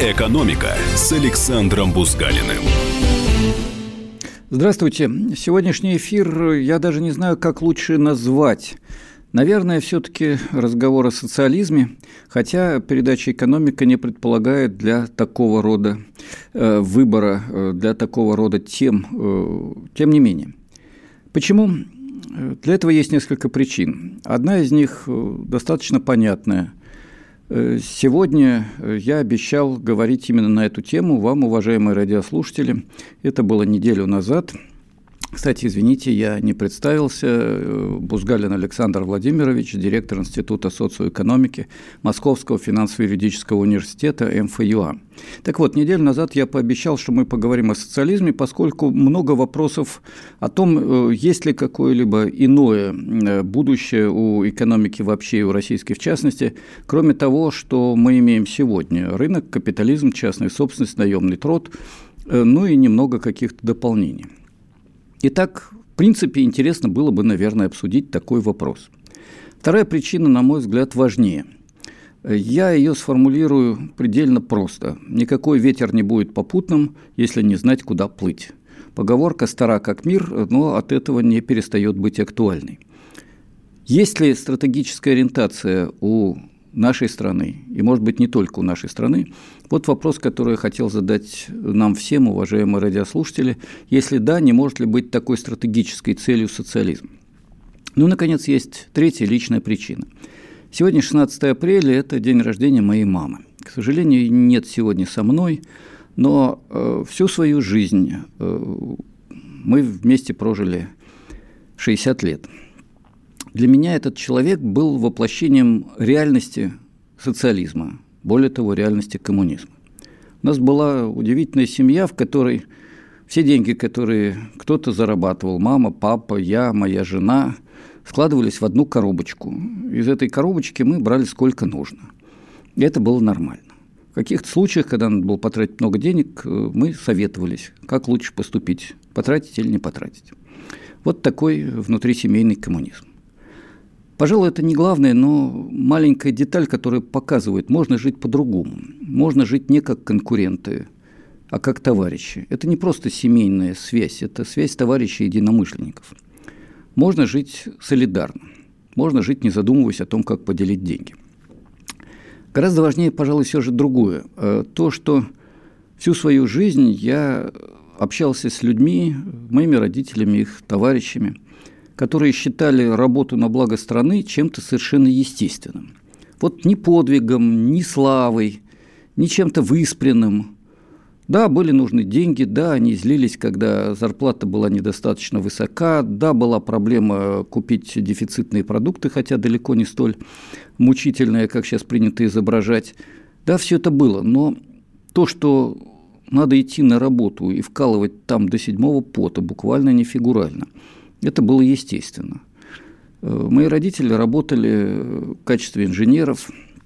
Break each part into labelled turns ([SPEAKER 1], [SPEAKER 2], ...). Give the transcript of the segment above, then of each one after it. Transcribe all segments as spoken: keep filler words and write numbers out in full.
[SPEAKER 1] «Экономика» с Александром Бузгалиным.
[SPEAKER 2] Здравствуйте. Сегодняшний эфир я даже не знаю, как лучше назвать. Наверное, все-таки разговор о социализме, хотя передача «Экономика» не предполагает для такого рода э, выбора, э, для такого рода тем. Э, тем не менее. Почему? Для этого есть несколько причин. Одна из них э, достаточно понятная. Э, сегодня я обещал говорить именно на эту тему вам, уважаемые радиослушатели. Это было неделю назад. Кстати, извините, я не представился. Бузгалин Александр Владимирович, директор Института социоэкономики Московского финансово-юридического университета эм эф ю а. Так вот, неделю назад я пообещал, что мы поговорим о социализме, поскольку много вопросов о том, есть ли какое-либо иное будущее у экономики вообще и у российской в частности, кроме того, что мы имеем сегодня. Рынок, капитализм, частная собственность, наемный труд, ну и немного каких-то дополнений. Итак, в принципе, интересно было бы, наверное, обсудить такой вопрос. Вторая причина, на мой взгляд, важнее. Я ее сформулирую предельно просто. Никакой ветер не будет попутным, если не знать, куда плыть. Поговорка стара как мир, но от этого не перестает быть актуальной. Есть ли стратегическая ориентация у нашей страны, и, может быть, не только у нашей страны? Вот вопрос, который я хотел задать нам всем, уважаемые радиослушатели. Если да, не может ли быть такой стратегической целью социализм? Ну, наконец, есть третья личная причина. Сегодня шестнадцатое апреля – это день рождения моей мамы. К сожалению, ее нет сегодня со мной, но э, всю свою жизнь э, мы вместе прожили шестьдесят лет. Для меня этот человек был воплощением реальности социализма, более того, реальности коммунизма. У нас была удивительная семья, в которой все деньги, которые кто-то зарабатывал, мама, папа, я, моя жена, складывались в одну коробочку. Из этой коробочки мы брали сколько нужно. И это было нормально. В каких-то случаях, когда надо было потратить много денег, мы советовались, как лучше поступить, потратить или не потратить. Вот такой внутрисемейный коммунизм. Пожалуй, это не главное, но маленькая деталь, которая показывает, можно жить по-другому. Можно жить не как конкуренты, а как товарищи. Это не просто семейная связь, это связь товарищей и единомышленников. Можно жить солидарно, можно жить, не задумываясь о том, как поделить деньги. Гораздо важнее, пожалуй, все же другое. То, что всю свою жизнь я общался с людьми, моими родителями, их товарищами, которые считали работу на благо страны чем-то совершенно естественным. Вот ни подвигом, ни славой, ни чем-то выспренным. Да, были нужны деньги, да, они злились, когда зарплата была недостаточно высока, да, была проблема купить дефицитные продукты, хотя далеко не столь мучительная, как сейчас принято изображать. Да, все это было, но то, что надо идти на работу и вкалывать там до седьмого пота, буквально не фигурально, это было естественно. Мои родители работали в качестве инженеров,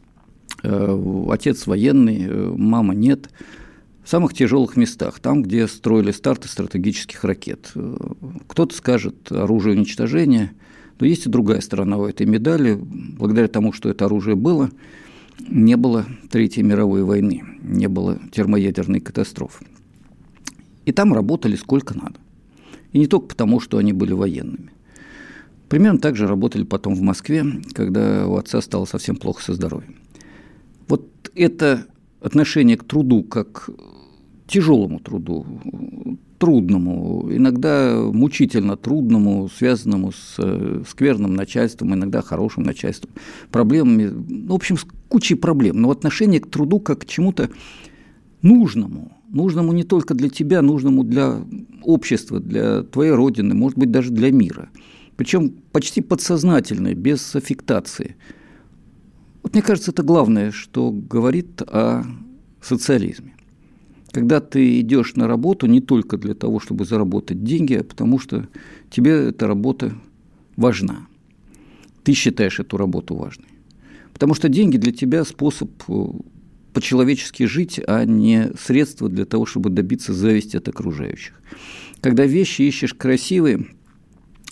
[SPEAKER 2] отец военный, мама нет, в самых тяжелых местах, там, где строили старты стратегических ракет. Кто-то скажет оружие уничтожения, но есть и другая сторона у этой медали. Благодаря тому, что это оружие было, не было Третьей мировой войны, не было термоядерной катастрофы. И там работали сколько надо. И не только потому, что они были военными. Примерно так же работали потом в Москве, когда у отца стало совсем плохо со здоровьем. Вот это отношение к труду как к тяжелому труду, трудному, иногда мучительно трудному, связанному с скверным начальством, иногда хорошим начальством, проблемами, ну, в общем, с кучей проблем. Но отношение к труду как к чему-то нужному, нужному не только для тебя, нужному для общества, для твоей родины, может быть, даже для мира. Причем почти подсознательное, без аффектации. Вот мне кажется, это главное, что говорит о социализме. Когда ты идешь на работу не только для того, чтобы заработать деньги, а потому что тебе эта работа важна. Ты считаешь эту работу важной. Потому что деньги для тебя способ по-человечески жить, а не средство для того, чтобы добиться зависти от окружающих. Когда вещи ищешь красивые,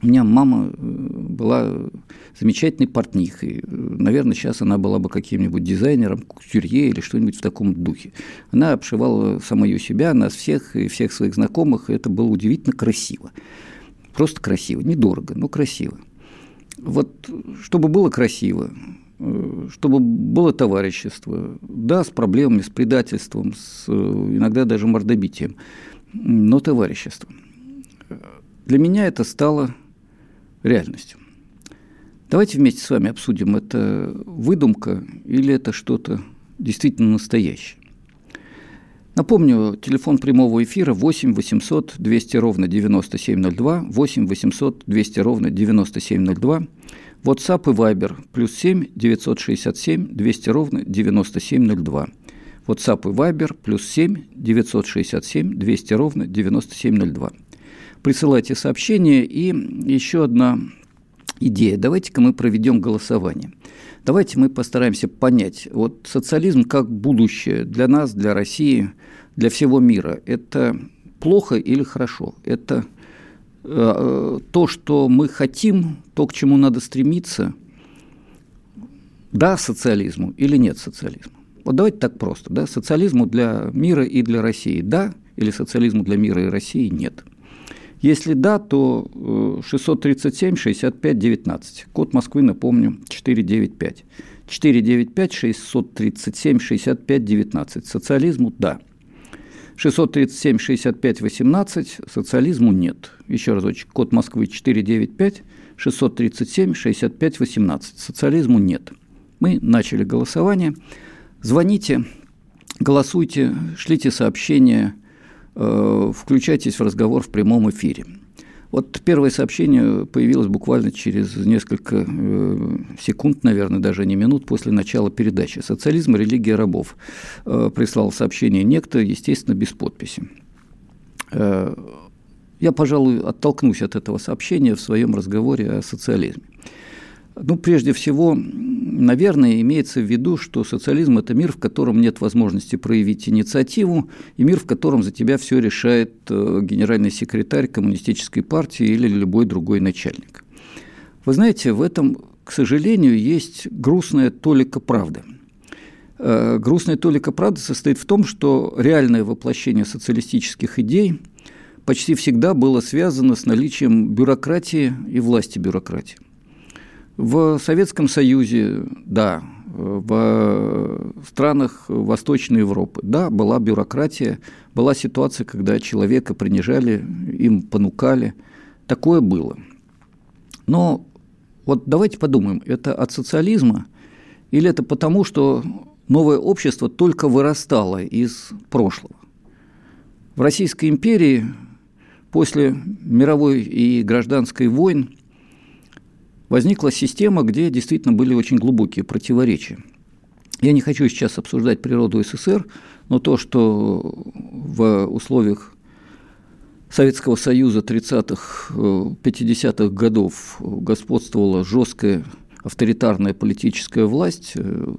[SPEAKER 2] У меня мама была замечательной портнихой. Наверное, сейчас она была бы каким-нибудь дизайнером, кутюрье или что-нибудь в таком духе. Она обшивала самую себя, нас всех и всех своих знакомых. И это было удивительно красиво. Просто красиво. Недорого, но красиво. Вот чтобы было красиво, чтобы было товарищество, да, с проблемами, с предательством, с иногда даже мордобитием, но товарищество. Для меня это стало реальностью. Давайте вместе с вами обсудим, это выдумка или это что-то действительно настоящее. Напомню, телефон прямого эфира восемь восемьсот двести ровно девяносто семь ноль два, восемь восемьсот двести ровно девяносто семь ноль два, WhatsApp и Viber плюс семь девятьсот шестьдесят семь двести ровно девяносто семь ноль два. WhatsApp и Viber плюс семь девятьсот шестьдесят семь двести ровно девяносто семь ноль два. Присылайте сообщения. И еще одна идея. Давайте-ка мы проведем голосование. Давайте мы постараемся понять, вот социализм как будущее для нас, для России, для всего мира. Это плохо или хорошо? Это э, то, что мы хотим, то, к чему надо стремиться. Да, социализму или нет социализма? Вот давайте так просто. Да? Социализму для мира и для России да, или социализму для мира и России нет. Если да, то шестьсот тридцать семь шестьдесят пять девятнадцать. Код Москвы, напомню, четыреста девяносто пять. четыреста девяносто пять шестьсот тридцать семь шестьдесят пять девятнадцать. Социализму да. шестьсот тридцать семь шестьдесят пять восемнадцать. Социализму нет. Еще разочек. Код Москвы четыреста девяносто пять шестьсот тридцать семь шестьдесят пять восемнадцать. Социализму нет. Мы начали голосование. Звоните, голосуйте, шлите сообщения, включайтесь в разговор в прямом эфире. Вот первое сообщение появилось буквально через несколько секунд, наверное, даже не минут после начала передачи. «Социализм – религия рабов». Прислал сообщение некто, естественно, без подписи. Я, пожалуй, оттолкнусь от этого сообщения в своем разговоре о социализме. Ну, прежде всего, наверное, имеется в виду, что социализм – это мир, в котором нет возможности проявить инициативу, и мир, в котором за тебя все решает генеральный секретарь коммунистической партии или любой другой начальник. Вы знаете, в этом, к сожалению, есть грустная толика правды. Грустная толика правды состоит в том, что реальное воплощение социалистических идей почти всегда было связано с наличием бюрократии и власти бюрократии. В Советском Союзе, да, в странах Восточной Европы, да, была бюрократия, была ситуация, когда человека принижали, им понукали. Такое было. Но вот давайте подумаем, это от социализма или это потому, что новое общество только вырастало из прошлого? В Российской империи после мировой и гражданской войн возникла система, где действительно были очень глубокие противоречия. Я не хочу сейчас обсуждать природу СССР, но то, что в условиях Советского Союза тридцатых пятидесятых годов господствовала жесткая авторитарная политическая власть,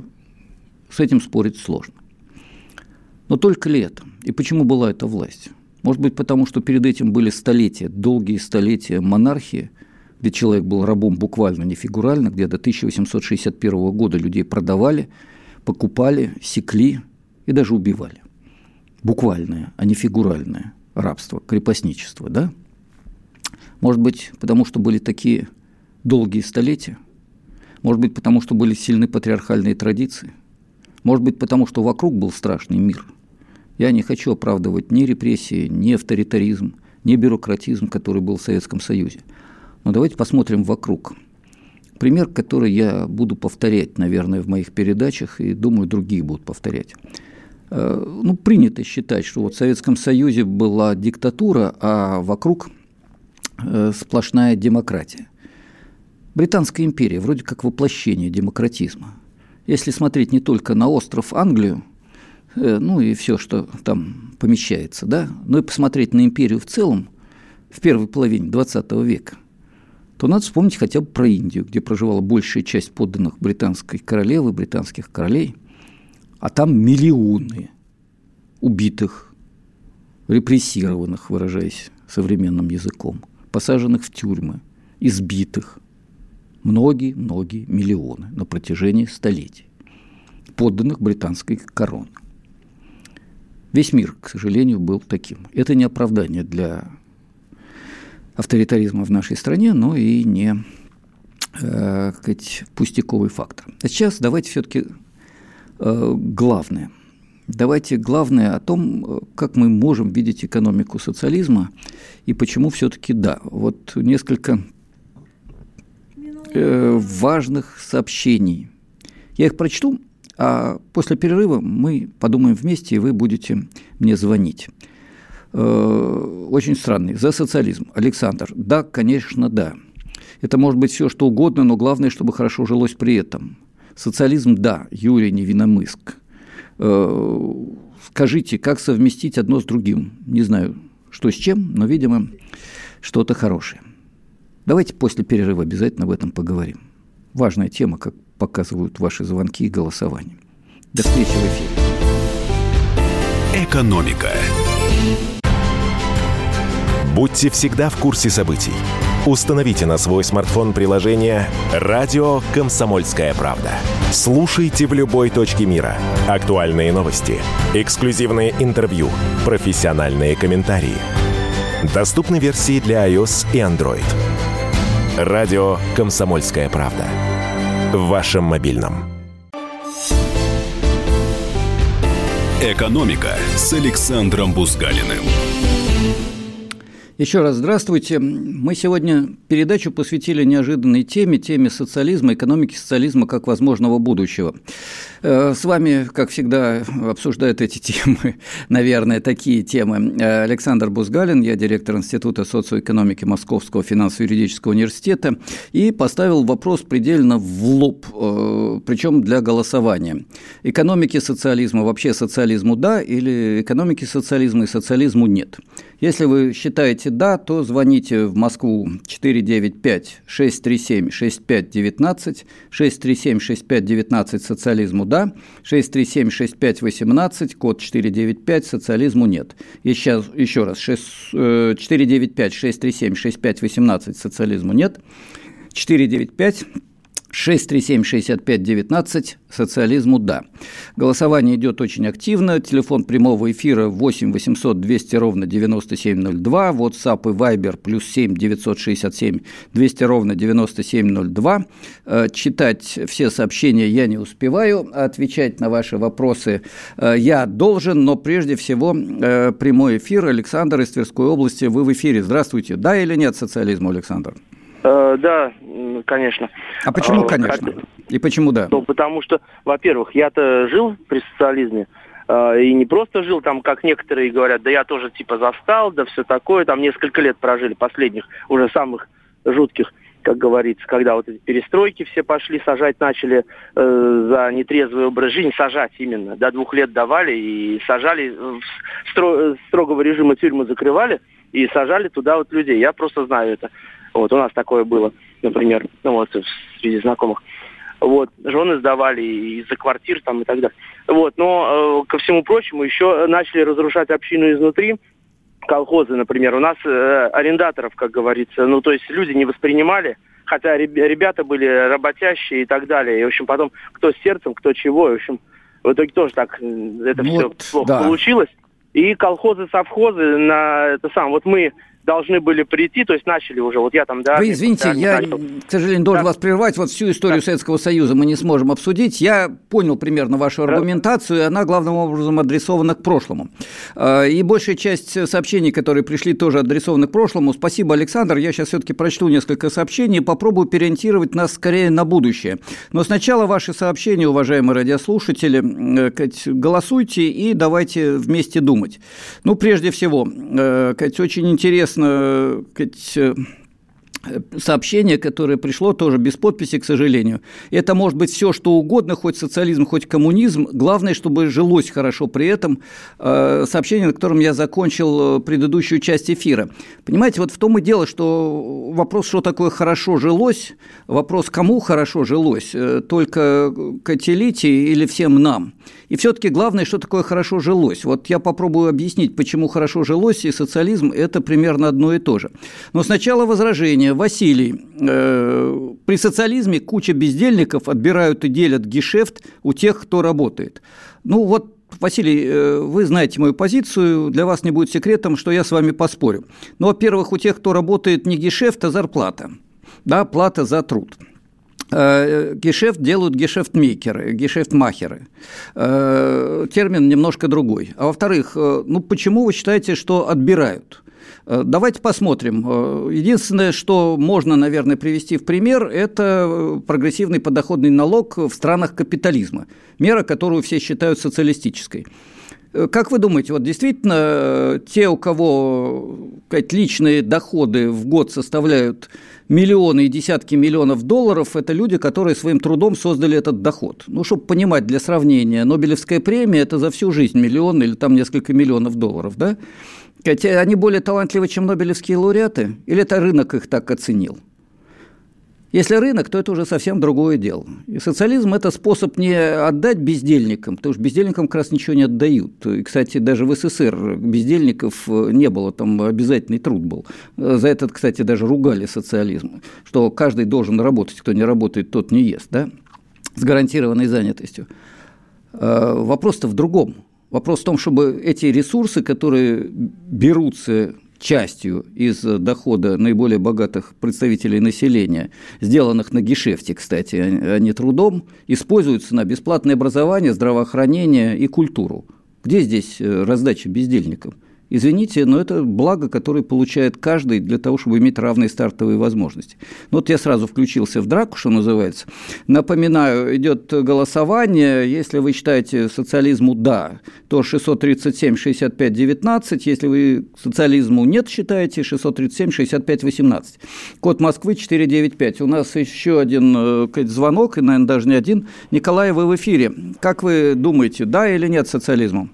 [SPEAKER 2] с этим спорить сложно. Но только ли это? И почему была эта власть? Может быть, потому что перед этим были столетия, долгие столетия монархии, где человек был рабом буквально, не фигурально, где до тысяча восемьсот шестьдесят первого года людей продавали, покупали, секли и даже убивали. Буквальное, а не фигуральное рабство, крепостничество, да? Может быть, потому что были такие долгие столетия? Может быть, потому что были сильны патриархальные традиции? Может быть, потому что вокруг был страшный мир? Я не хочу оправдывать ни репрессии, ни авторитаризм, ни бюрократизм, который был в Советском Союзе. Но давайте посмотрим вокруг. Пример, который я буду повторять, наверное, в моих передачах, и, думаю, другие будут повторять. Ну, принято считать, что вот в Советском Союзе была диктатура, а вокруг сплошная демократия. Британская империя вроде как воплощение демократизма. Если смотреть не только на остров Англию, ну и все, что там помещается, да, но и посмотреть на империю в целом в первой половине двадцатого века, то надо вспомнить хотя бы про Индию, где проживала большая часть подданных британской королевы, британских королей, а там миллионы убитых, репрессированных, выражаясь современным языком, посаженных в тюрьмы, избитых многие-многие миллионы на протяжении столетий, подданных британской короне. Весь мир, к сожалению, был таким. Это не оправдание для авторитаризма в нашей стране, но и не э, сказать, пустяковый фактор. А сейчас давайте все-таки э, главное. Давайте главное о том, как мы можем видеть экономику социализма и почему все-таки да. Вот несколько э, важных сообщений. Я их прочту, а после перерыва мы подумаем вместе, и вы будете мне звонить. Э, очень странный. За социализм. Александр. Да, конечно, да. Это может быть все, что угодно, но главное, чтобы хорошо жилось при этом. Социализм, да. Юрий Невинномысск. Скажите, как совместить одно с другим? Не знаю, что с чем, но, видимо, что-то хорошее. Давайте после перерыва обязательно об этом поговорим. Важная тема, как показывают ваши звонки и голосования. До встречи в эфире.
[SPEAKER 1] Экономика.
[SPEAKER 3] Будьте всегда в курсе событий. Установите на свой смартфон приложение «Радио Комсомольская правда». Слушайте в любой точке мира. Актуальные новости, эксклюзивные интервью, профессиональные комментарии. Доступны версии для iOS и Android. «Радио Комсомольская правда». В вашем мобильном.
[SPEAKER 1] «Экономика» с Александром Бузгалиным.
[SPEAKER 2] Еще раз здравствуйте. Мы сегодня передачу посвятили неожиданной теме, теме социализма, экономики социализма как возможного будущего. С вами, как всегда, обсуждают эти темы, наверное, такие темы. Александр Бузгалин, я директор Института социоэкономики Московского финансово-юридического университета, и поставил вопрос предельно в лоб, причем для голосования. Экономики социализма, вообще социализму да, или экономики социализма и социализму нет? Если вы считаете «да», то звоните в Москву четыре девять пять шесть три семь шесть пять девятнадцать, шесть три семь шесть пять девятнадцать социализму «да», шесть три семь шесть пять восемнадцать, код четыре девять пять, социализму «нет». И сейчас еще раз, четыре девять пять шесть три семь шесть пять восемнадцать, социализму «нет», четыре девять пять шесть три семь шесть пять девятнадцать, социализму «да». Голосование идет очень активно. Телефон прямого эфира восемь восемьсот двести ровно девяносто семь ноль два, WhatsApp и Viber плюс семь девятьсот шестьдесят семь двести ровно девяносто семь ноль два. Читать все сообщения я не успеваю, отвечать на ваши вопросы я должен, но прежде всего прямой эфир. Александр из Тверской области, вы в эфире. Здравствуйте. Да или нет социализму, Александр?
[SPEAKER 4] Да, конечно.
[SPEAKER 2] А почему, конечно? И почему да?
[SPEAKER 4] Ну, потому что, во-первых, я-то жил при социализме, и не просто жил там, как некоторые говорят, да я тоже типа застал, да все такое, там несколько лет прожили, последних, уже самых жутких, как говорится, когда вот эти перестройки все пошли, сажать начали э, за нетрезвый образ жизни, сажать именно, до двух лет давали и сажали, стро- строгого режима тюрьмы закрывали и сажали туда вот людей, я просто знаю это. Вот, у нас такое было, например, ну вот, среди знакомых. Вот, жены сдавали из-за квартир там и так далее. Вот, но э, ко всему прочему еще начали разрушать общину изнутри, колхозы, например. У нас э, арендаторов, как говорится, ну, то есть люди не воспринимали, хотя ребята были работящие и так далее. И, в общем, потом кто с сердцем, кто чего, и, в общем, в итоге тоже так это вот, все плохо да. получилось. И колхозы, совхозы на это сам, вот мы должны были прийти, то есть начали уже, вот я там, да...
[SPEAKER 2] Вы извините, я, начал. к сожалению, должен да. вас прервать, вот всю историю да. Советского Союза мы не сможем обсудить, я понял примерно вашу аргументацию, и она главным образом адресована к прошлому. И большая часть сообщений, которые пришли, тоже адресованы к прошлому. Спасибо, Александр, я сейчас все-таки прочту несколько сообщений и попробую переориентировать нас скорее на будущее. Но сначала ваши сообщения, уважаемые радиослушатели, голосуйте и давайте вместе думать. Ну, прежде всего, очень интересно, сообщение, которое пришло тоже без подписи, к сожалению. Это может быть все, что угодно, хоть социализм, хоть коммунизм. Главное, чтобы жилось хорошо при этом. Сообщение, на котором я закончил предыдущую часть эфира. Понимаете, вот в том и дело, что вопрос, что такое хорошо жилось, вопрос, кому хорошо жилось, только к элите или всем нам. И все-таки главное, что такое хорошо жилось. Вот я попробую объяснить, почему хорошо жилось и социализм – это примерно одно и то же. Но сначала возражение. Василий, э, при социализме куча бездельников отбирают и делят гешефт у тех, кто работает. Ну вот, Василий, вы знаете мою позицию, для вас не будет секретом, что я с вами поспорю. Но, во-первых, у тех, кто работает, не гешефт, а зарплата, да, плата за труд. Гешефт делают гешефтмейкеры, гешефтмахеры. Термин немножко другой. А во-вторых, ну почему вы считаете, что отбирают? Давайте посмотрим. Единственное, что можно, наверное, привести в пример, это прогрессивный подоходный налог в странах капитализма. Мера, которую все считают социалистической. Как вы думаете, вот действительно те, у кого сказать, личные доходы в год составляют миллионы и десятки миллионов долларов, это люди, которые своим трудом создали этот доход? Ну, чтобы понимать, для сравнения, Нобелевская премия – это за всю жизнь миллион или там несколько миллионов долларов, да? Хотя они более талантливы, чем нобелевские лауреаты? Или это рынок их так оценил? Если рынок, то это уже совсем другое дело. И социализм – это способ не отдать бездельникам, потому что бездельникам как раз ничего не отдают. И, кстати, даже в СССР бездельников не было, там обязательный труд был. За это, кстати, даже ругали социализм, что каждый должен работать, кто не работает, тот не ест, да? С гарантированной занятостью. Вопрос-то в другом. Вопрос в том, чтобы эти ресурсы, которые берутся частью из дохода наиболее богатых представителей населения, сделанных на гешефте, кстати, а не трудом, используются на бесплатное образование, здравоохранение и культуру. Где здесь раздача бездельникам? Извините, но это благо, которое получает каждый для того, чтобы иметь равные стартовые возможности. Ну, вот я сразу включился в драку, что называется. Напоминаю, идет голосование. Если вы считаете социализму «да», то шестьсот тридцать семь шестьдесят пять девятнадцать. Если вы социализму «нет» считаете, шестьсот тридцать семь шестьдесят пять восемнадцать. Код Москвы четыреста девяносто пять. У нас еще один звонок, и, наверное, даже не один. Николай, вы в эфире. Как вы думаете, да или нет социализму?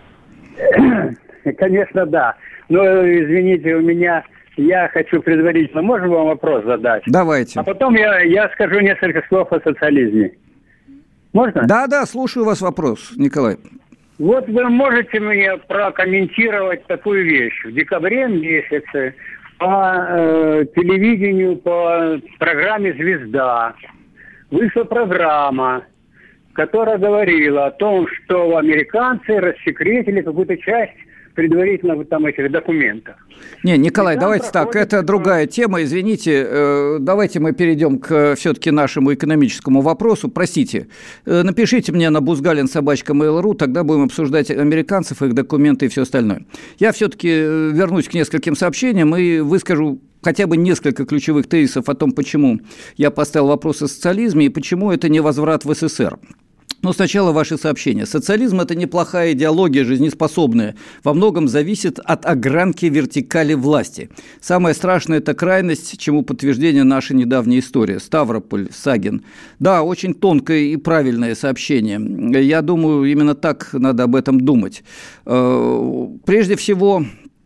[SPEAKER 5] Конечно, да. Но, извините, у меня... Я хочу предварительно... Можно вам вопрос задать?
[SPEAKER 2] Давайте.
[SPEAKER 5] А потом я, я скажу несколько слов о социализме. Можно?
[SPEAKER 2] Да, да, слушаю вас вопрос, Николай.
[SPEAKER 5] Вот вы можете мне прокомментировать такую вещь. В декабре месяце по э, телевидению, по программе «Звезда» вышла программа, которая говорила о том, что американцы рассекретили какую-то часть предварительно вот там этих документах. Не,
[SPEAKER 2] Николай, давайте так, это другая тема, извините, давайте мы перейдем к все-таки нашему экономическому вопросу. Простите, напишите мне на бузгалин собака мейл точка ру, тогда будем обсуждать американцев, их документы и все остальное. Я все-таки вернусь к нескольким сообщениям и выскажу хотя бы несколько ключевых тезисов о том, почему я поставил вопрос о социализме и почему это не возврат в СССР. Но сначала ваше сообщение. Социализм – это неплохая идеология, жизнеспособная. Во многом зависит от огранки вертикали власти. Самое страшное – это крайность, чему подтверждение наша недавняя история. Ставрополь, Сагин. Да, очень тонкое и правильное сообщение. Я думаю, именно так надо об этом думать. Прежде всего...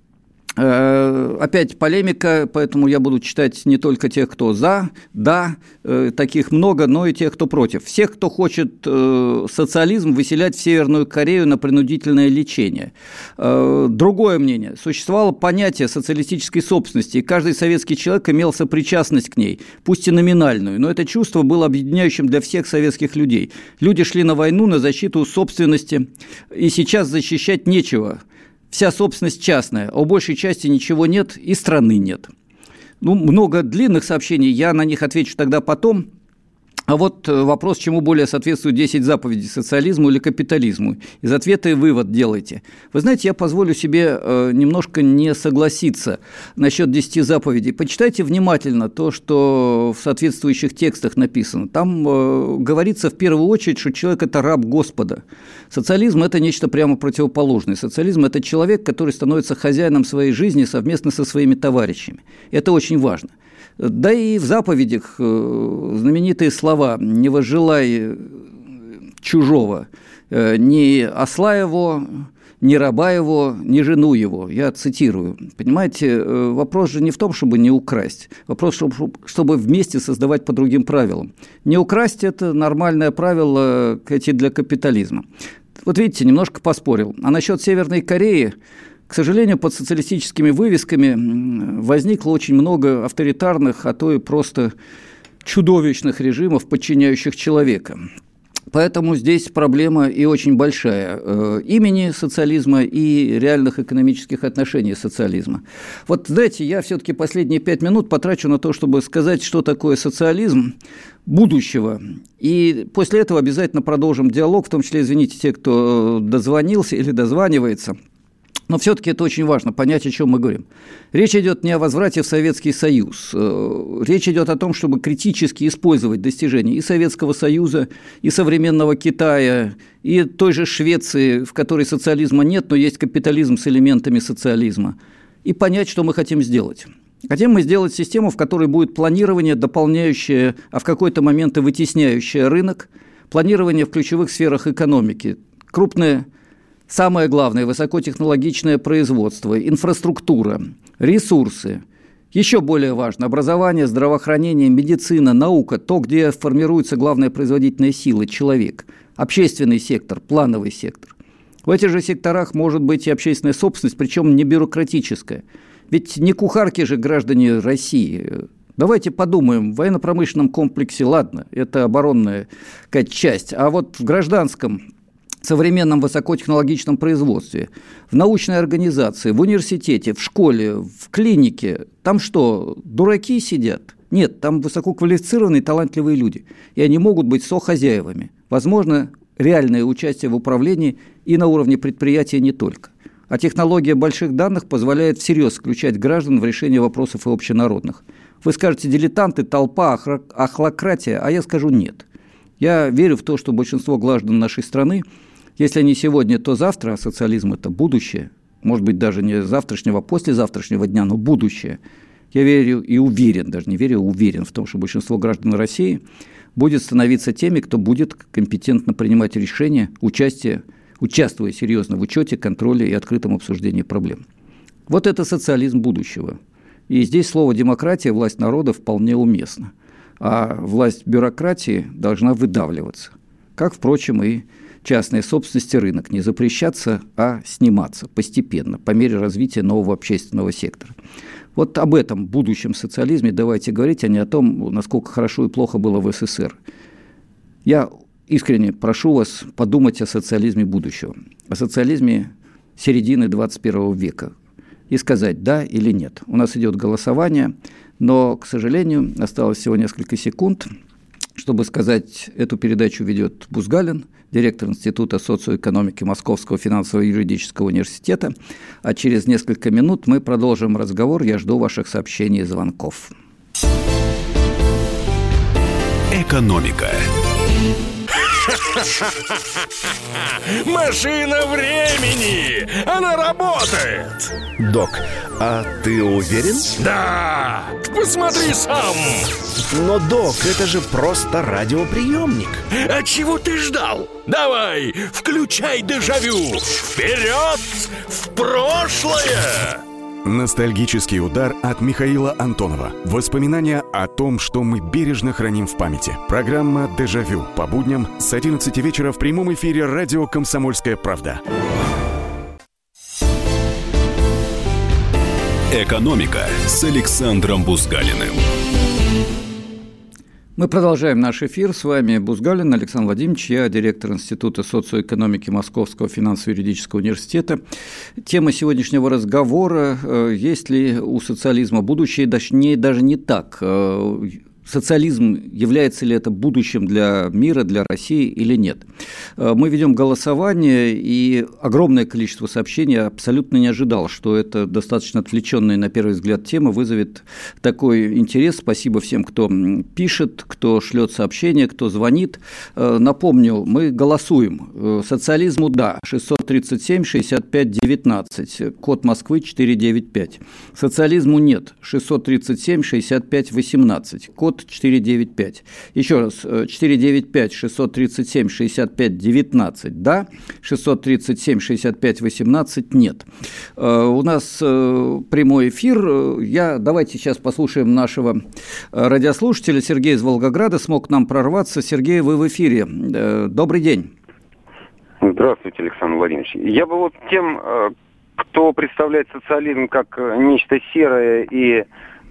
[SPEAKER 2] Опять полемика, поэтому я буду читать не только тех, кто за, да, таких много, но и тех, кто против. Всех, кто хочет социализм выселять в Северную Корею на принудительное лечение. Другое мнение. Существовало понятие социалистической собственности, и каждый советский человек имел сопричастность к ней, пусть и номинальную, но это чувство было объединяющим для всех советских людей. Люди шли на войну, на защиту собственности, и сейчас защищать нечего. Вся собственность частная, а у большей части ничего нет и страны нет. Ну, много длинных сообщений, я на них отвечу тогда потом. А вот вопрос, чему более соответствуют десять заповедей: социализму или капитализму. Из ответа и вывод делайте. Вы знаете, я позволю себе немножко не согласиться насчет десяти заповедей. Почитайте внимательно то, что в соответствующих текстах написано. Там говорится в первую очередь, что человек – это раб Господа. Социализм – это нечто прямо противоположное. Социализм – это человек, который становится хозяином своей жизни совместно со своими товарищами. Это очень важно. Да и в заповедях знаменитые слова: «Не возжелай чужого, ни осла его, ни раба его, ни жену его. Я цитирую. Понимаете, вопрос же не в том, чтобы не украсть. Вопрос, чтобы вместе создавать по другим правилам. Не украсть – это нормальное правило для капитализма. Вот видите, немножко поспорил. А насчет Северной Кореи, к сожалению, под социалистическими вывесками возникло очень много авторитарных, а то и просто чудовищных режимов, подчиняющих человека. Поэтому здесь проблема и очень большая э, имени социализма и реальных экономических отношений социализма. Вот, знаете, я все-таки последние пять минут потрачу на то, чтобы сказать, что такое социализм будущего. И после этого обязательно продолжим диалог, в том числе, извините, те, кто дозвонился или дозванивается. Но все-таки это очень важно, понять, о чем мы говорим. Речь идет не о возврате в Советский Союз. Речь идет о том, чтобы критически использовать достижения и Советского Союза, и современного Китая, и той же Швеции, в которой социализма нет, но есть капитализм с элементами социализма, и понять, что мы хотим сделать. Хотим мы сделать систему, в которой будет планирование, дополняющее, а в какой-то момент и вытесняющее рынок, планирование в ключевых сферах экономики, крупное. Самое главное – высокотехнологичное производство, инфраструктура, ресурсы. Еще более важно – образование, здравоохранение, медицина, наука, то, где формируется главная производительная сила – человек, общественный сектор, плановый сектор. В этих же секторах может быть и общественная собственность, причем не бюрократическая. Ведь не кухарки же граждане России. Давайте подумаем, в военно-промышленном комплексе, ладно, это оборонная какая-то часть, а вот в гражданском современном высокотехнологичном производстве, в научной организации, в университете, в школе, в клинике, там что, дураки сидят? Нет, там высококвалифицированные, талантливые люди, и они могут быть сохозяевами. Возможно, реальное участие в управлении и на уровне предприятия не только. А технология больших данных позволяет всерьез включать граждан в решение вопросов и общенародных. Вы скажете, дилетанты, толпа, охлократия, а я скажу нет. Я верю в то, что большинство граждан нашей страны, если не сегодня, то завтра, а социализм – это будущее, может быть, даже не завтрашнего, а послезавтрашнего дня, но будущее. Я верю и уверен, даже не верю, а уверен в том, что большинство граждан России будет становиться теми, кто будет компетентно принимать решения, участие, участвуя серьезно в учете, контроле и открытом обсуждении проблем. Вот это социализм будущего. И здесь слово «демократия», власть народа вполне уместно. А власть бюрократии должна выдавливаться. Как, впрочем, и частная собственность и рынок. Не запрещаться, а сниматься постепенно, по мере развития нового общественного сектора. Вот об этом будущем социализме давайте говорить, а не о том, насколько хорошо и плохо было в СССР. Я искренне прошу вас подумать о социализме будущего, о социализме середины двадцать первого века и сказать «да» или «нет». У нас идет голосование, но, к сожалению, осталось всего несколько секунд, чтобы сказать, эту передачу ведет Бузгалин, директор Института социоэкономики Московского финансово-юридического университета. А через несколько минут мы продолжим разговор. Я жду ваших сообщений и звонков.
[SPEAKER 1] Экономика.
[SPEAKER 6] Машина времени! Она работает!
[SPEAKER 7] Док, а ты уверен?
[SPEAKER 6] Да! Посмотри сам!
[SPEAKER 7] Но, док, это же просто радиоприемник.
[SPEAKER 6] А чего ты ждал? Давай, включай дежавю! Вперед! В прошлое!
[SPEAKER 8] Ностальгический удар от Михаила Антонова. Воспоминания о том, что мы бережно храним в памяти. Программа «Дежавю» по будням с одиннадцати вечера в прямом эфире радио «Комсомольская правда».
[SPEAKER 1] «Экономика» с Александром Бузгалиным.
[SPEAKER 2] Мы продолжаем наш эфир. С вами Бузгалин Александр Владимирович, я директор Института социоэкономики Московского финансово-юридического университета. Тема сегодняшнего разговора – есть ли у социализма будущее? Даже не, даже не так. Социализм, является ли это будущим для мира, для России или нет? Мы ведем голосование, и огромное количество сообщений. Я абсолютно не ожидал, что это достаточно отвлеченная, на первый взгляд, тема вызовет такой интерес. Спасибо всем, кто пишет, кто шлет сообщения, кто звонит. Напомню, мы голосуем. Социализму – да, шестьсот тридцать семь шестьдесят пять девятнадцать, код Москвы четыреста девяносто пять. Социализму нет, шестьсот тридцать семь шестьдесят пять восемнадцать, код код четыреста девяносто пять. Еще раз, четыреста девяносто пять шестьсот тридцать семь шестьдесят пять девятнадцать, да, шестьсот тридцать семь шестьдесят пять восемнадцать, нет. У нас прямой эфир. Я, давайте сейчас послушаем нашего радиослушателя. Сергей из Волгограда смог к нам прорваться. Сергей, вы в эфире. Добрый день.
[SPEAKER 9] Здравствуйте, Александр Владимирович. Я бы вот тем, кто представляет социализм как нечто серое и,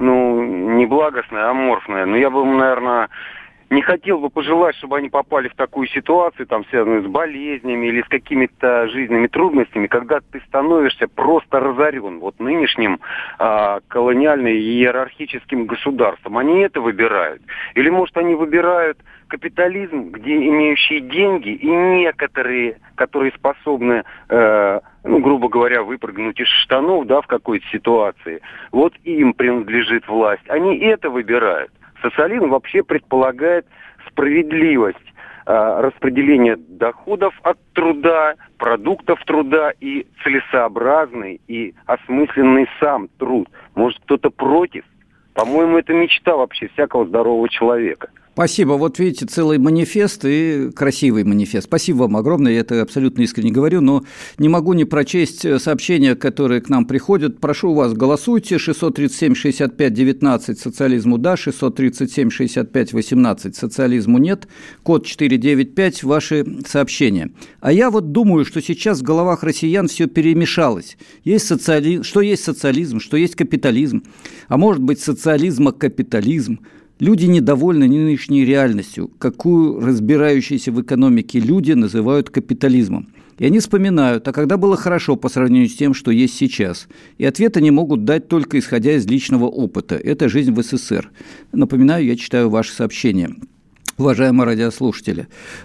[SPEAKER 9] ну, неблагостное, аморфное, но я бы, наверное, не хотел бы пожелать, чтобы они попали в такую ситуацию, там, связанную с болезнями или с какими-то жизненными трудностями, когда ты становишься просто разорен вот нынешним а, колониально-иерархическим государством. Они это выбирают? Или, может, они выбирают капитализм, где имеющие деньги и некоторые, которые способны, э, ну, грубо говоря, выпрыгнуть из штанов, да, в какой-то ситуации, вот им принадлежит власть. Они это выбирают. Социализм вообще предполагает справедливость э, распределения доходов от труда, продуктов труда и целесообразный и осмысленный сам труд. Может, кто-то против? По-моему, это мечта вообще всякого здорового человека.
[SPEAKER 2] Спасибо. Вот видите, целый манифест и красивый манифест. Спасибо вам огромное, я это абсолютно искренне говорю, но не могу не прочесть сообщения, которые к нам приходят. Прошу вас, голосуйте. шестьсот тридцать семь шестьдесят пять девятнадцать социализму да, шестьсот тридцать семь шестьдесят пять восемнадцать социализму нет. Код четыреста девяносто пять, ваши сообщения. А я вот думаю, что сейчас в головах россиян все перемешалось. Есть социализм, что есть социализм, что есть капитализм, а может быть социализм, а капитализм. Люди недовольны нынешней реальностью, какую разбирающиеся в экономике люди называют капитализмом. И они вспоминают, а когда было хорошо по сравнению с тем, что есть сейчас. И ответы они могут дать только исходя из личного опыта. Это жизнь в СССР. Напоминаю, я читаю ваши сообщения, уважаемые радиослушатели.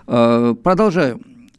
[SPEAKER 2] Продолжаю.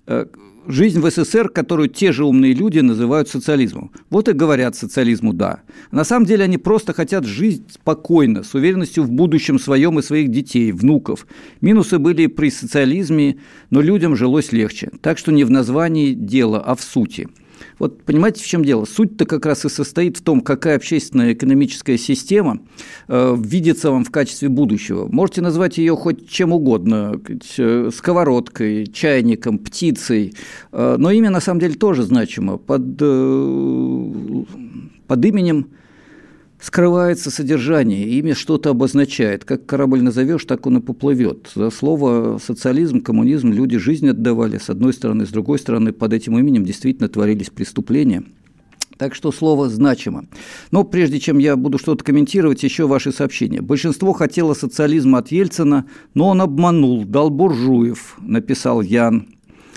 [SPEAKER 2] Жизнь в СССР, которую те же умные люди называют социализмом. Вот и говорят социализму «да». На самом деле они просто хотят жить спокойно, с уверенностью в будущем своем и своих детей, внуков. Минусы были при социализме, но людям жилось легче. Так что не в названии дело, а в сути. Вот понимаете, в чем дело? Суть-то как раз и состоит в том, какая общественная экономическая система э, видится вам в качестве будущего. Можете назвать ее хоть чем угодно, э, сковородкой, чайником, птицей, э, но имя на самом деле тоже значимо. Под, э, под именем скрывается содержание, имя что-то обозначает. Как корабль назовешь, так он и поплывет. За слово социализм, коммунизм люди жизнь отдавали, с одной стороны, с другой стороны, под этим именем действительно творились преступления. Так что слово значимо. Но прежде чем я буду что-то комментировать, еще ваши сообщения. Большинство хотело социализма от Ельцина, но он обманул, дал буржуев, написал Ян.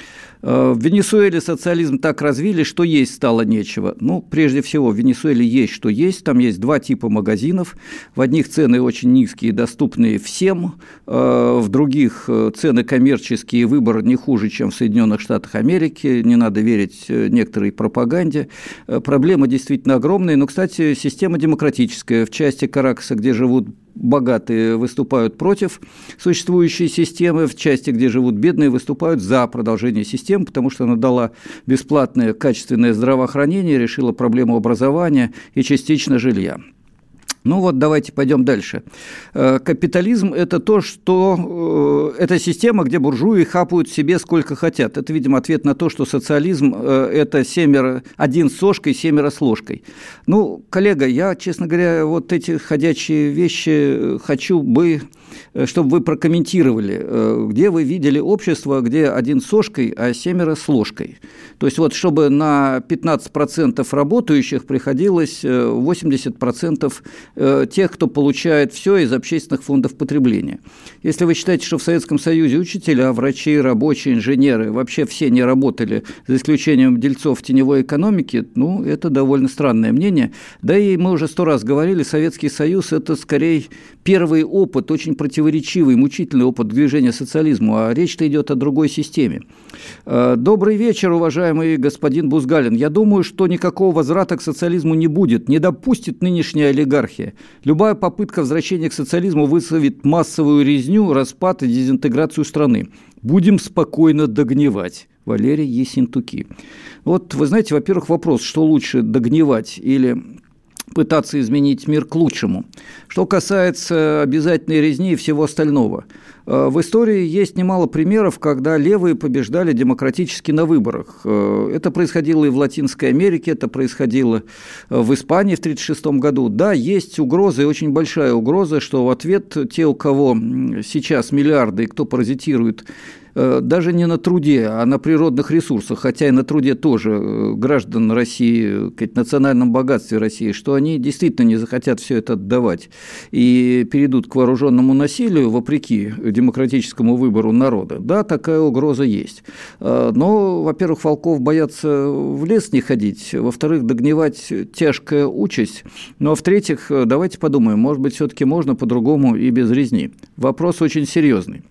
[SPEAKER 2] В Венесуэле социализм так развили, что есть стало нечего. Ну, прежде всего, в Венесуэле есть что есть. Там есть два типа магазинов. В одних цены очень низкие, доступные всем. В других цены коммерческие, выбор не хуже, чем в Соединенных Штатах Америки. Не надо верить некоторой пропаганде. Проблема действительно огромная. Но, кстати, система демократическая. В части Каракаса, где живут богатые, выступают против существующей системы, в части, где живут бедные, выступают за продолжение системы, потому что она дала бесплатное качественное здравоохранение, решила проблему образования и частично жилья. Ну вот, давайте пойдем дальше. Капитализм – это то, что… Это система, где буржуи хапают себе сколько хотят. Это, видимо, ответ на то, что социализм – это семеро, один с ложкой, семеро с ложкой. Ну, коллега, я, честно говоря, вот эти ходячие вещи хочу бы, чтобы вы прокомментировали. Где вы видели общество, где один с ложкой, а семеро с ложкой? То есть вот чтобы на пятнадцать процентов работающих приходилось восемьдесят процентов тех, кто получает все из общественных фондов потребления. Если вы считаете, что в Советском Союзе учителя, врачи, рабочие, инженеры вообще все не работали, за исключением дельцов теневой экономики, ну, это довольно странное мнение. Да и мы уже сто раз говорили, Советский Союз – это скорее первый опыт, очень противоречивый, мучительный опыт движения к социализму, а речь-то идет о другой системе. Добрый вечер, уважаемый господин Бузгалин. Я думаю, что никакого возврата к социализму не будет, не допустит нынешняя олигархия. Любая попытка возвращения к социализму вызовет массовую резню, распад и дезинтеграцию страны. Будем спокойно догнивать. Валерий Ессентуки. Вот, вы знаете, во-первых, вопрос, что лучше, догнивать или пытаться изменить мир к лучшему. Что касается обязательной резни и всего остального, в истории есть немало примеров, когда левые побеждали демократически на выборах. Это происходило и в Латинской Америке, это происходило в Испании в тысяча девятьсот тридцать шестом году. Да, есть угроза, и очень большая угроза, что в ответ те, у кого сейчас миллиарды и кто паразитирует даже не на труде, а на природных ресурсах, хотя и на труде тоже граждан России, к национальном богатстве России, что они действительно не захотят все это отдавать и перейдут к вооруженному насилию вопреки демократическому выбору народа. Да, такая угроза есть. Но, во-первых, волков боятся в лес не ходить, во-вторых, догнивать тяжкая участь, ну а в-третьих, давайте подумаем, может быть, все-таки можно по-другому и без резни. Вопрос очень серьезный.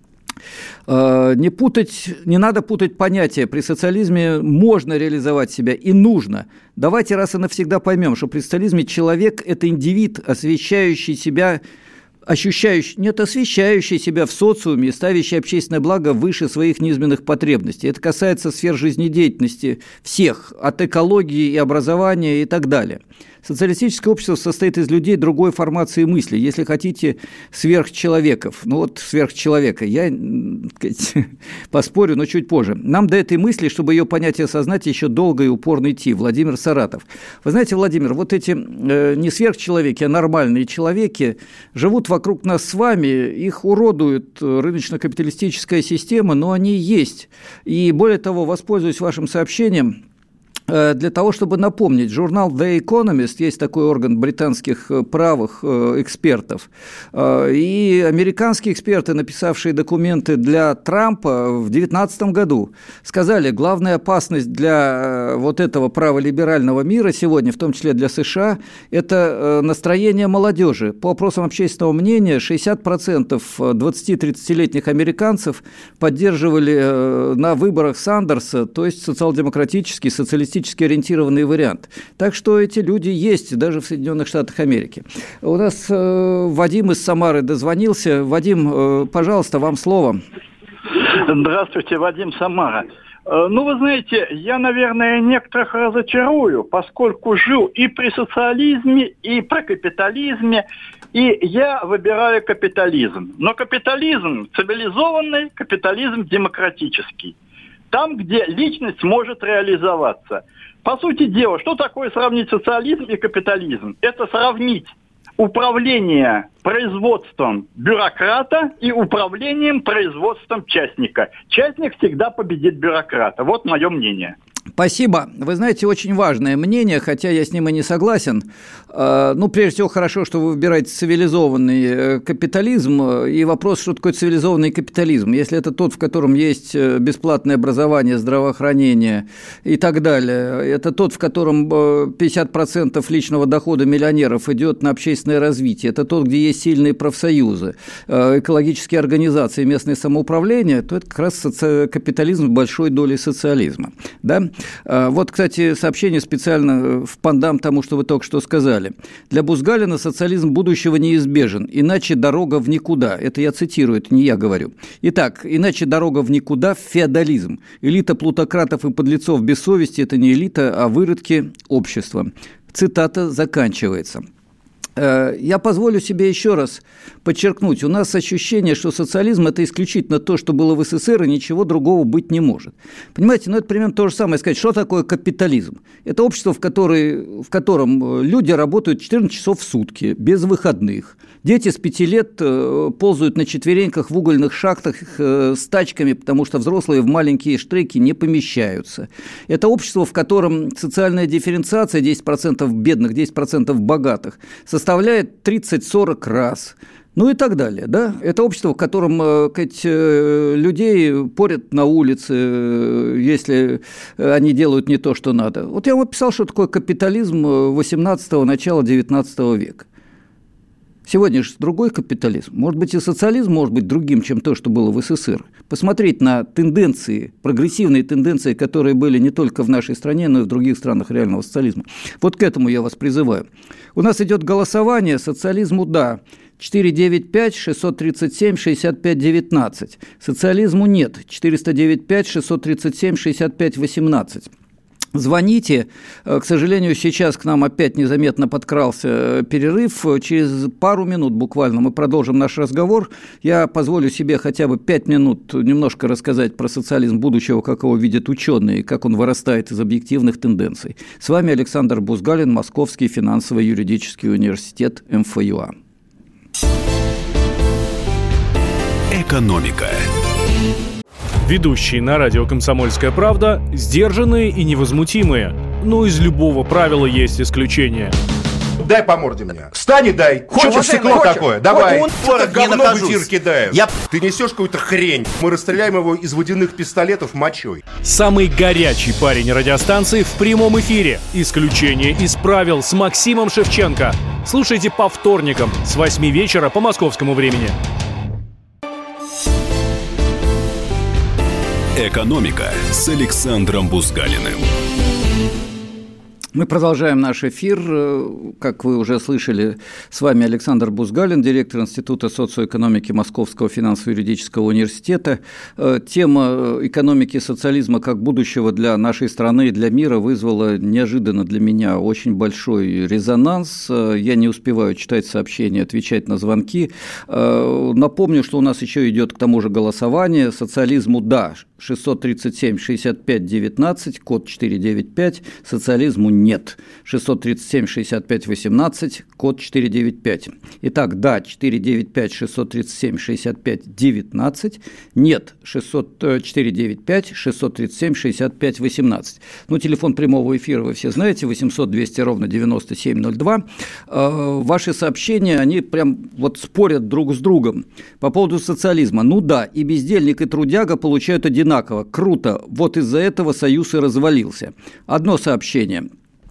[SPEAKER 2] Не путать, не надо путать понятия. При социализме можно реализовать себя и нужно. Давайте раз и навсегда поймем, что при социализме человек – это индивид, освещающий себя, ощущающий, нет, освещающий себя в социуме и ставящий общественное благо выше своих низменных потребностей. Это касается сфер жизнедеятельности всех, от экологии и образования и так далее. Социалистическое общество состоит из людей другой формации мысли, если хотите, сверхчеловеков. Ну вот сверхчеловека, я поспорю, но чуть позже. Нам до этой мысли, чтобы ее понять и осознать, еще долго и упорно идти. Владимир Саратов. Вы знаете, Владимир, вот эти э, не сверхчеловеки, а нормальные человеки живут вокруг нас с вами, их уродует рыночно-капиталистическая система, но они есть. И более того, воспользуюсь вашим сообщением, для того, чтобы напомнить, журнал The Economist, есть такой орган британских правых экспертов, и американские эксперты, написавшие документы для Трампа в две тысячи девятнадцатом году, сказали, главная опасность для вот этого праволиберального мира сегодня, в том числе для США, это настроение молодежи. По опросам общественного мнения, шестьдесят процентов двадцати-тридцатилетних американцев поддерживали на выборах Сандерса, то есть социал-демократический, социалистический ориентированный вариант. Так что эти люди есть даже в Соединенных Штатах Америки. У нас э, Вадим из Самары дозвонился. Вадим, э, пожалуйста, вам слово.
[SPEAKER 10] Здравствуйте, Вадим, Самара. Э, ну, вы знаете, я, наверное, некоторых разочарую, поскольку жил и при социализме, и при капитализме, и я выбираю капитализм. Но капитализм цивилизованный, капитализм демократический. Там, где личность может реализоваться. По сути дела, что такое сравнить социализм и капитализм? Это сравнить управление производством бюрократа и управлением производством частника. Частник всегда победит бюрократа. Вот мое мнение.
[SPEAKER 2] Спасибо. Вы знаете, очень важное мнение, хотя я с ним и не согласен. Ну, прежде всего, хорошо, что вы выбираете цивилизованный капитализм. И вопрос, что такое цивилизованный капитализм. Если это тот, в котором есть бесплатное образование, здравоохранение и так далее, это тот, в котором пятьдесят процентов личного дохода миллионеров идет на общественное развитие, это тот, где есть сильные профсоюзы, экологические организации, местное самоуправление, то это как раз соци... капитализм с большой долей социализма. Да? Вот, кстати, сообщение специально в пандам тому, что вы только что сказали. Для Бузгалина социализм будущего неизбежен, иначе дорога в никуда. Это я цитирую, это не я говорю. Итак, иначе дорога в никуда в феодализм. Элита плутократов и подлецов без совести – это не элита, а выродки общества. Цитата заканчивается. Я позволю себе еще раз подчеркнуть, у нас ощущение, что социализм – это исключительно то, что было в СССР, и ничего другого быть не может. Понимаете, ну это примерно то же самое сказать, что такое капитализм. Это общество, в, который, в котором люди работают четырнадцать часов в сутки, без выходных. Дети с пяти лет ползают на четвереньках в угольных шахтах с тачками, потому что взрослые в маленькие штреки не помещаются. Это общество, в котором социальная дифференциация десять процентов бедных, десять процентов богатых составляет тридцать-сорок раз. Ну и так далее, да? Это общество, в котором сказать, людей порят на улице, если они делают не то, что надо. Вот я вам описал, что такое капитализм восемнадцатого, начала девятнадцатого века. Сегодня же другой капитализм. Может быть, и социализм может быть другим, чем то, что было в СССР. Посмотреть на тенденции, прогрессивные тенденции, которые были не только в нашей стране, но и в других странах реального социализма. Вот к этому я вас призываю. У нас идет голосование. Социализму – да. четыре девять пять шестьсот тридцать семь шестьдесят пять девятнадцать. Социализму нет. четыреста девять пять шестьсот тридцать семь шестьдесят пять восемнадцать. Звоните. К сожалению, сейчас к нам опять незаметно подкрался перерыв. Через пару минут буквально мы продолжим наш разговор. Я позволю себе хотя бы пять минут немножко рассказать про социализм будущего, как его видят ученые, как он вырастает из объективных тенденций. С вами Александр Бузгалин, Московский финансово-юридический университет эм эф ю а.
[SPEAKER 1] Экономика.
[SPEAKER 11] Ведущие на радио «Комсомольская правда» сдержанные и невозмутимые. Но из любого правила есть исключение.
[SPEAKER 12] Дай по морде мне. Встань и дай. Хочешь стекло такое? Давай.
[SPEAKER 13] Он
[SPEAKER 12] что-то говно в эфир кидает.
[SPEAKER 13] Я...
[SPEAKER 12] Ты несешь какую-то хрень. Мы расстреляем его из водяных пистолетов мочой.
[SPEAKER 11] Самый горячий парень радиостанции в прямом эфире. Исключение из правил с Максимом Шевченко. Слушайте по вторникам с восьми вечера по московскому времени.
[SPEAKER 1] «Экономика» с Александром Бузгалиным.
[SPEAKER 2] Мы продолжаем наш эфир. Как вы уже слышали, с вами Александр Бузгалин, директор Института социоэкономики Московского финансово-юридического университета. Тема экономики и социализма как будущего для нашей страны и для мира вызвала неожиданно для меня очень большой резонанс. Я не успеваю читать сообщения, отвечать на звонки. Напомню, что у нас еще идет к тому же голосование. Социализму «да» шестьсот тридцать семь шестьдесят пять девятнадцать, код четыреста девяносто пять, социализму нет. шестьсот тридцать семь шестьдесят пять восемнадцать, код четыреста девяносто пять. Итак, да, четыреста девяносто пять шестьсот тридцать семь шестьдесят пять девятнадцать, нет, шестьсот четыреста девяносто пять шестьсот тридцать семь шестьдесят пять восемнадцать. Ну, телефон прямого эфира вы все знаете, восемьсот двести ровно девяносто семь ноль два. Ваши сообщения, они прям вот спорят друг с другом по поводу социализма. Ну да, и бездельник, и трудяга получают одинаково. Круто. Вот из-за этого союз и развалился. Одно сообщение.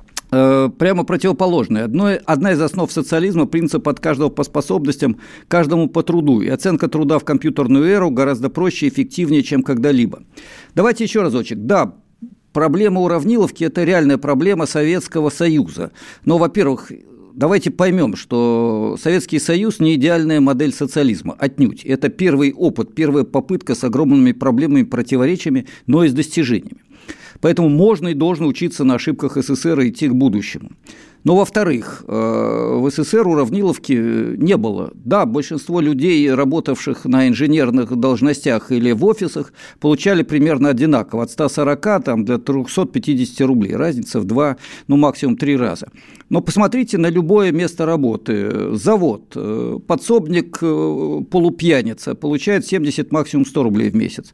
[SPEAKER 2] Э, прямо противоположное. Одно, одна из основ социализма – принцип от каждого по способностям, каждому по труду. И оценка труда в компьютерную эру гораздо проще и эффективнее, чем когда-либо. Давайте еще разочек. Да, проблема уравниловки – это реальная проблема Советского Союза. Но, во-первых, давайте поймем, что Советский Союз не идеальная модель социализма, отнюдь. Это первый опыт, первая попытка с огромными проблемами, противоречиями, но и с достижениями. Поэтому можно и должно учиться на ошибках СССР и идти к будущему. Но, во-вторых, в СССР уравниловки не было. Да, большинство людей, работавших на инженерных должностях или в офисах, получали примерно одинаково, от ста сорока там, до трехсот пятидесяти рублей. Разница в два, ну максимум три раза. Но посмотрите на любое место работы. Завод, подсобник, полупьяница получает семьдесят, максимум сто рублей в месяц.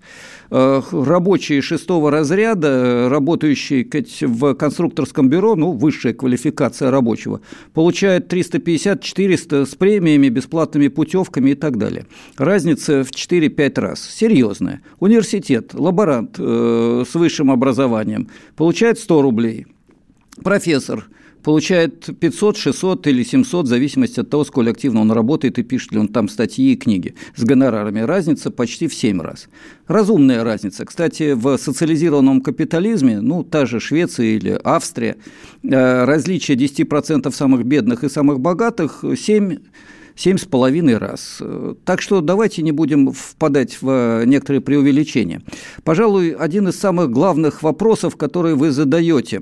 [SPEAKER 2] Рабочие шестого разряда, работающие в конструкторском бюро, ну, высшая квалификация рабочего, получает триста пятьдесят - четыреста с премиями, бесплатными путевками и так далее. Разница в четыре-пять раз. Серьезная. Университет, лаборант э, с высшим образованием получает сто рублей. Профессор получает пятьсот, шестьсот или семьсот, в зависимости от того, сколь активно он работает и пишет ли он там статьи и книги с гонорарами. Разница почти в семь раз. Разумная разница. Кстати, в социализированном капитализме, ну, та же Швеция или Австрия, различие десять процентов самых бедных и самых богатых семь Семь с половиной раз. Так что давайте не будем впадать в некоторые преувеличения. Пожалуй, один из самых главных вопросов, которые вы задаете.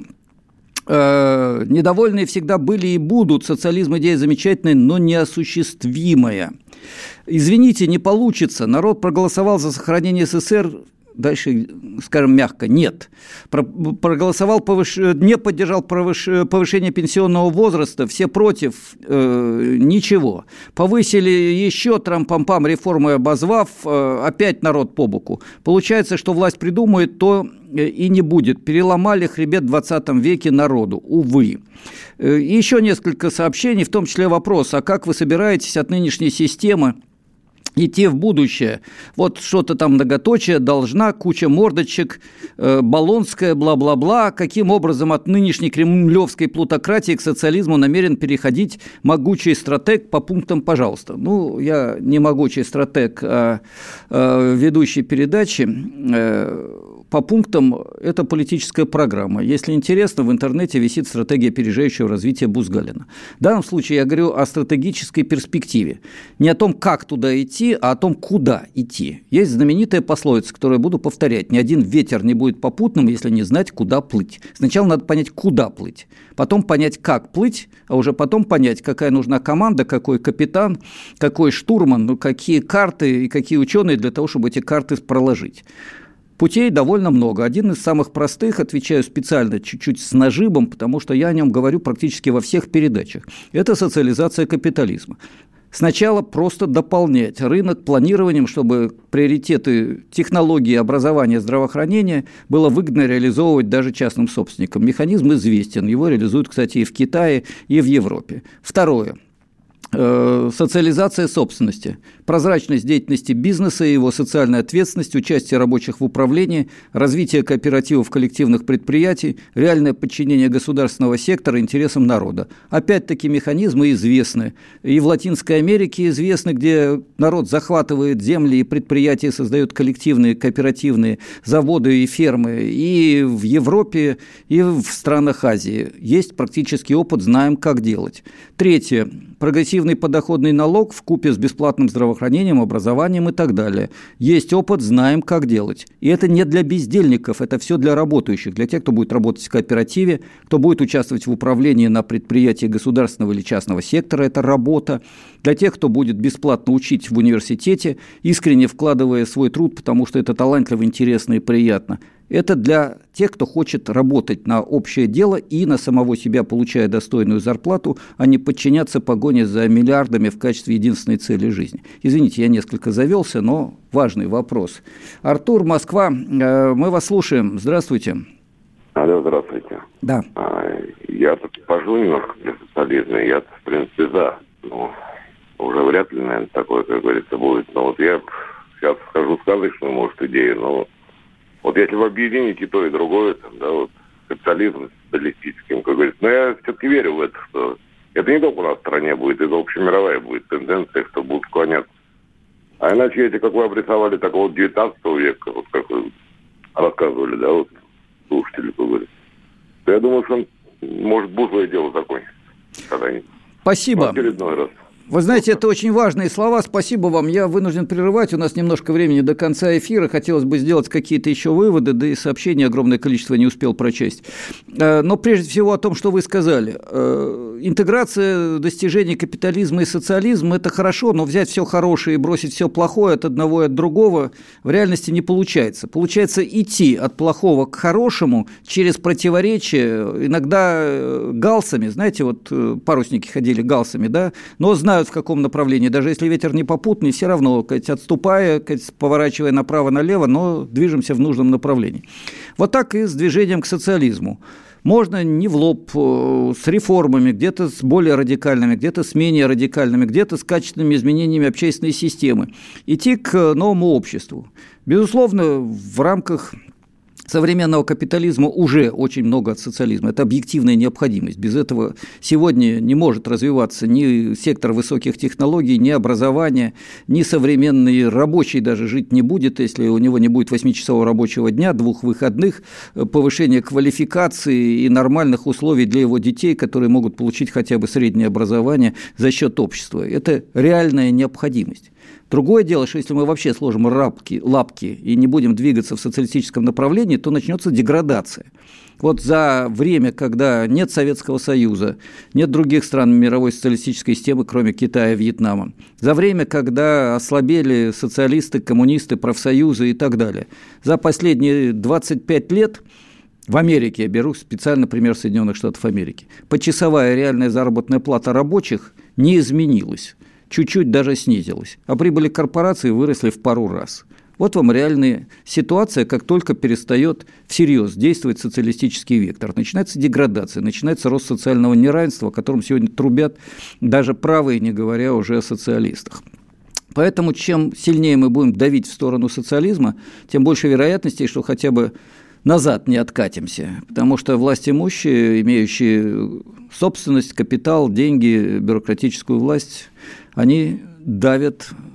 [SPEAKER 2] Недовольные всегда были и будут. Социализм – идея замечательная, но неосуществимая. Извините, не получится. Народ проголосовал за сохранение СССР. Дальше, скажем мягко, нет. Проголосовал, повыш... не поддержал повыш... повышение пенсионного возраста, все против, э, ничего. Повысили еще, трам-пам-пам, реформы обозвав, э, опять народ по боку. Получается, что власть придумает, то и не будет. Переломали хребет в двадцатом веке народу, увы. И еще несколько сообщений, в том числе вопрос, а как вы собираетесь от нынешней системы идти в будущее? Вот что-то там многоточие, должна, куча мордочек, э, Болонская, бла-бла-бла. Каким образом от нынешней кремлевской плутократии к социализму намерен переходить могучий стратег? По пунктам, пожалуйста. Ну, я не могучий стратег, а э, ведущий передачи. Э, по пунктам это политическая программа. Если интересно, в интернете висит стратегия опережающего развития Бузгалина. В данном случае я говорю о стратегической перспективе. Не о том, как туда идти, а о том, куда идти. Есть знаменитая пословица, которую я буду повторять. Ни один ветер не будет попутным, если не знать, куда плыть. Сначала надо понять, куда плыть. Потом понять, как плыть, а уже потом понять, какая нужна команда, какой капитан, какой штурман, ну, какие карты и какие ученые для того, чтобы эти карты проложить. Путей довольно много. Один из самых простых, отвечаю специально чуть-чуть с нажимом, потому что я о нем говорю практически во всех передачах. Это социализация капитализма. Сначала просто дополнять рынок планированием, чтобы приоритеты технологии, образования, здравоохранения было выгодно реализовывать даже частным собственникам. Механизм известен, его реализуют, кстати, и в Китае, и в Европе. Второе. Социализация собственности, прозрачность деятельности бизнеса и его социальная ответственность, участие рабочих в управлении, развитие кооперативов, коллективных предприятий, реальное подчинение государственного сектора интересам народа. Опять-таки механизмы известны. И в Латинской Америке известны, где народ захватывает земли и предприятия, создает коллективные, кооперативные заводы и фермы. И в Европе, и в странах Азии есть практический опыт, знаем, как делать. Третье. Прогрессивный подоходный налог вкупе с бесплатным здравоохранением, образованием и так далее. Есть опыт, знаем, как делать. И это не для бездельников, это все для работающих, для тех, кто будет работать в кооперативе, кто будет участвовать в управлении на предприятии государственного или частного сектора, это работа. Для тех, кто будет бесплатно учить в университете, искренне вкладывая свой труд, потому что это талантливо, интересно и приятно. Это для тех, кто хочет работать на общее дело и на самого себя, получая достойную зарплату, а не подчиняться погоне за миллиардами в качестве единственной цели жизни. Извините, я несколько завелся, но важный вопрос. Артур, Москва, мы вас слушаем. Здравствуйте.
[SPEAKER 13] Алло, здравствуйте.
[SPEAKER 2] Да.
[SPEAKER 13] Я тут пожу немножко для социализма, я, в принципе, за. Ну, уже вряд ли, наверное, такое, как говорится, будет. Но вот я сейчас скажу сказочную, может, идею, но... Вот если вы объедините и то, и другое, там, да, вот, капитализм с социалистическим, как говорится, но я все-таки верю в это, что это не только у нас в стране будет, это общемировая будет тенденция, что будут склоняться. А иначе, если, как вы обрисовали, такого вот девятнадцатого века, вот как вы рассказывали, да, вот, слушатели, как говорится, то я думаю, что он может бузлое дело закончится когда-нибудь.
[SPEAKER 2] Спасибо.
[SPEAKER 13] В очередной раз.
[SPEAKER 2] Вы знаете, это очень важные слова. Спасибо вам. Я вынужден прерывать. У нас немножко времени до конца эфира. Хотелось бы сделать какие-то еще выводы, да и сообщений огромное количество не успел прочесть. Но прежде всего о том, что вы сказали. Интеграция достижений капитализма и социализма – это хорошо, но взять все хорошее и бросить все плохое от одного и от другого в реальности не получается. Получается идти от плохого к хорошему через противоречия, иногда галсами. Знаете, вот парусники ходили галсами, да, но знают, в каком направлении. Даже если ветер не попутный, все равно, отступая, поворачивая направо-налево, но движемся в нужном направлении. Вот так и с движением к социализму. Можно не в лоб, с реформами, где-то с более радикальными, где-то с менее радикальными, где-то с качественными изменениями общественной системы. Идти к новому обществу. Безусловно, в рамках современного капитализма уже очень много от социализма. Это объективная необходимость. Без этого сегодня не может развиваться ни сектор высоких технологий, ни образование, ни современный рабочий даже жить не будет, если у него не будет восьмичасового рабочего дня, двух выходных, повышения квалификации и нормальных условий для его детей, которые могут получить хотя бы среднее образование за счет общества. Это реальная необходимость. Другое дело, что если мы вообще сложим лапки, лапки и не будем двигаться в социалистическом направлении, то начнется деградация. Вот за время, когда нет Советского Союза, нет других стран мировой социалистической системы, кроме Китая и Вьетнама, за время, когда ослабели социалисты, коммунисты, профсоюзы и так далее, за последние двадцать пять лет в Америке, я беру специально пример Соединенных Штатов Америки, почасовая реальная заработная плата рабочих не изменилась. Чуть-чуть даже снизилась, а прибыли корпораций выросли в пару раз. Вот вам реальная ситуация, как только перестает всерьез действовать социалистический вектор. Начинается деградация, начинается рост социального неравенства, о котором сегодня трубят даже правые, не говоря уже о социалистах. Поэтому чем сильнее мы будем давить в сторону социализма, тем больше вероятностей, что хотя бы назад не откатимся, потому что власть имущие, имеющие собственность, капитал, деньги, бюрократическую власть, они давят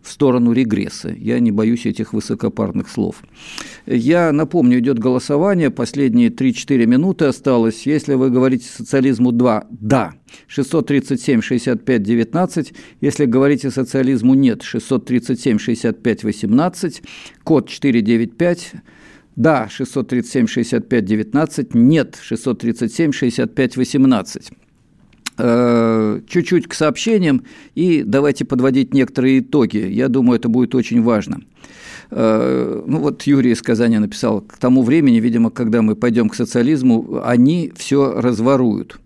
[SPEAKER 2] в сторону регресса. Я не боюсь этих высокопарных слов. Я напомню, идет голосование, последние три-четыре минуты осталось. Если вы говорите социализму два, да, шестьсот тридцать семь шестьдесят пять девятнадцать. Если говорите социализму нет, шестьсот тридцать семь шестьдесят пять восемнадцать. Код четыреста девяносто пять. Да, шестьсот тридцать семь шестьдесят пять девятнадцать. Нет, шестьсот тридцать семь шестьдесят пять восемнадцать. Чуть-чуть к сообщениям и давайте подводить некоторые итоги. Я думаю, это будет очень важно. Ну вот Юрий из Казани написал, к тому времени, видимо, когда мы пойдем к социализму, они все разворуют.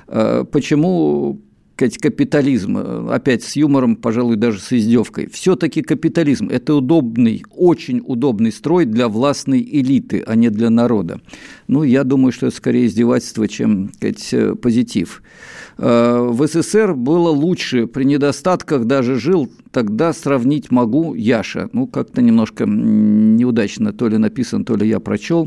[SPEAKER 2] Почему капитализм? Опять с юмором, пожалуй, даже с издевкой. Все-таки капитализм – это удобный, очень удобный строй для властной элиты, а не для народа. Ну, я думаю, что это скорее издевательство, чем, сказать, позитив. В СССР было лучше, при недостатках даже жил, тогда сравнить могу Яша. Ну, как-то немножко неудачно то ли написано, то ли я прочел.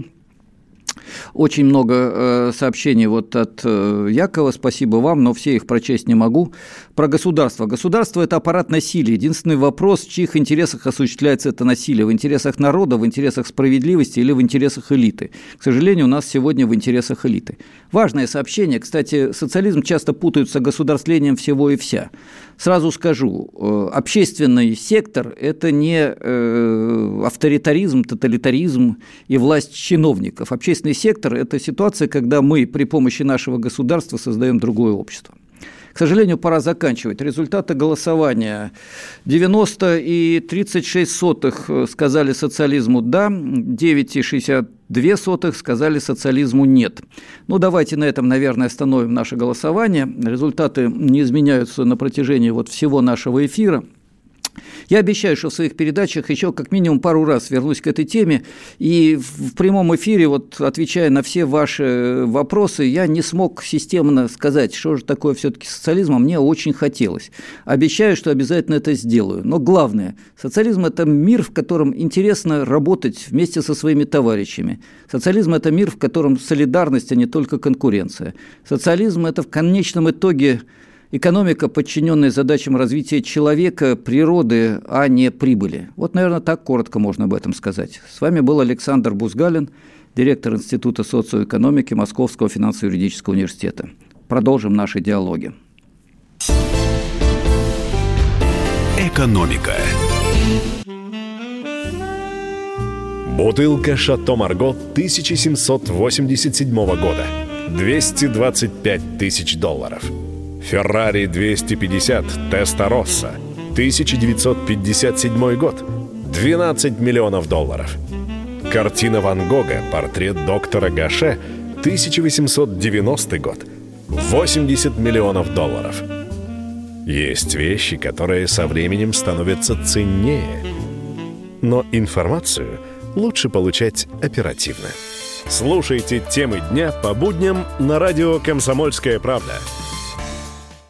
[SPEAKER 2] Очень много э, сообщений вот от э, Якова, спасибо вам, но все их прочесть не могу. Про государство. Государство – это аппарат насилия. Единственный вопрос, в чьих интересах осуществляется это насилие. В интересах народа, в интересах справедливости или в интересах элиты. К сожалению, у нас сегодня в интересах элиты. Важное сообщение. Кстати, социализм часто путают с огосударствлением всего и вся. Сразу скажу, э, общественный сектор – это не э, авторитаризм, тоталитаризм и власть чиновников. Общественный сектор – это ситуация, когда мы при помощи нашего государства создаем другое общество. К сожалению, пора заканчивать. Результаты голосования. девяносто и тридцать шесть сотых сказали социализму «да», девять и шестьдесят две сотых сказали социализму «нет». Ну, давайте на этом, наверное, остановим наше голосование. Результаты не изменяются на протяжении вот всего нашего эфира. Я обещаю, что в своих передачах еще как минимум пару раз вернусь к этой теме, и в прямом эфире, вот, отвечая на все ваши вопросы, я не смог системно сказать, что же такое все-таки социализм, а мне очень хотелось. Обещаю, что обязательно это сделаю. Но главное, социализм – это мир, в котором интересно работать вместе со своими товарищами. Социализм – это мир, в котором солидарность, а не только конкуренция. Социализм – это в конечном итоге экономика, подчиненная задачам развития человека, природы, а не прибыли. Вот, наверное, так коротко можно об этом сказать. С вами был Александр Бузгалин, директор Института социоэкономики Московского финансово-юридического университета. Продолжим наши диалоги.
[SPEAKER 1] Экономика.
[SPEAKER 3] Бутылка «Шато Марго» тысяча семьсот восемьдесят седьмого года. двести двадцать пять тысяч долларов. Феррари двести пятьдесят Теста-Росса, тысяча девятьсот пятьдесят седьмой год, двенадцать миллионов долларов. Картина Ван Гога «Портрет доктора Гаше», тысяча восемьсот девяностый год, восемьдесят миллионов долларов. Есть вещи, которые со временем становятся ценнее. Но информацию лучше получать оперативно. Слушайте темы дня по будням на радио «Комсомольская правда».